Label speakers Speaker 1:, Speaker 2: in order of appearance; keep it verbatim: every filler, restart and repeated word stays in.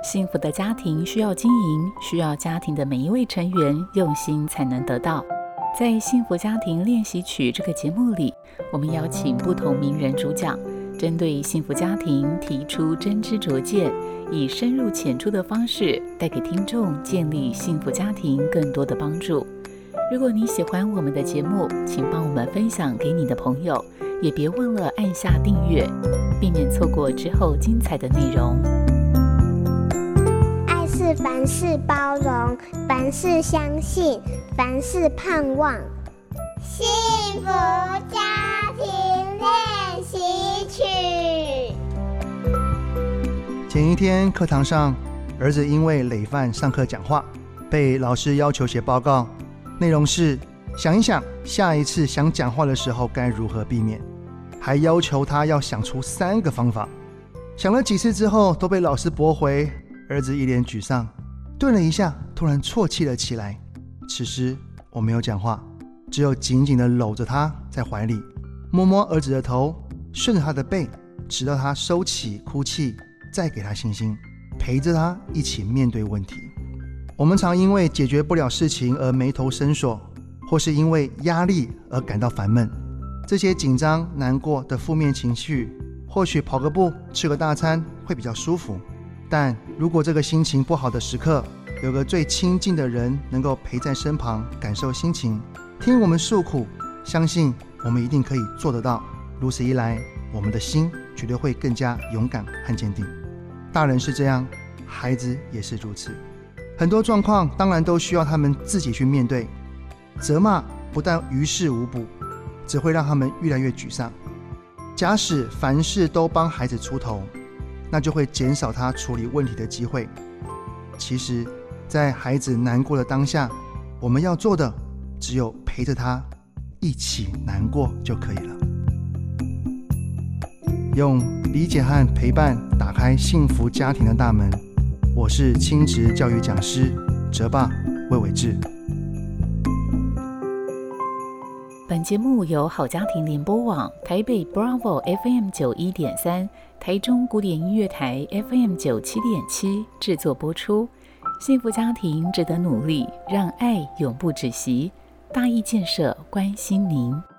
Speaker 1: 幸福的家庭需要经营，需要家庭的每一位成员用心才能得到。在幸福家庭练习曲这个节目里，我们邀请不同名人主讲，针对幸福家庭提出真知灼见，以深入浅出的方式带给听众建立幸福家庭更多的帮助。如果你喜欢我们的节目，请帮我们分享给你的朋友，也别忘了按下订阅，避免错过之后精彩的内容。
Speaker 2: 爱是凡事包容，凡事相信，凡事盼望。幸福家庭练习曲。
Speaker 3: 前一天课堂上，儿子因为累犯上课讲话，被老师要求写报告，内容是想一想下一次想讲话的时候该如何避免，还要求他要想出三个方法。想了几次之后都被老师驳回，儿子一脸沮丧，顿了一下，突然啜泣了起来。此时我没有讲话，只有紧紧地搂着他在怀里，摸摸儿子的头，顺着他的背，直到他收起哭泣，再给他信心，陪着他一起面对问题。我们常因为解决不了事情而眉头深锁，或是因为压力而感到烦闷。这些紧张、难过的负面情绪，或许跑个步、吃个大餐会比较舒服，但如果这个心情不好的时刻，有个最亲近的人能够陪在身旁，感受心情，听我们诉苦，相信我们一定可以做得到。如此一来，我们的心绝对会更加勇敢和坚定。大人是这样，孩子也是如此。很多状况当然都需要他们自己去面对，责骂不但于事无补，只会让他们越来越沮丧。假使凡事都帮孩子出头，那就会减少他处理问题的机会。其实在孩子难过的当下，我们要做的只有陪着他一起难过就可以了。用理解和陪伴打开幸福家庭的大门。我是亲职教育讲师哲爸魏伟志。
Speaker 1: 本节目由好家庭联播网、台北 Bravo F M 九一点三、台中古典音乐台 F M 九七点七制作播出。幸福家庭值得努力，让爱永不止息。大义建设关心您。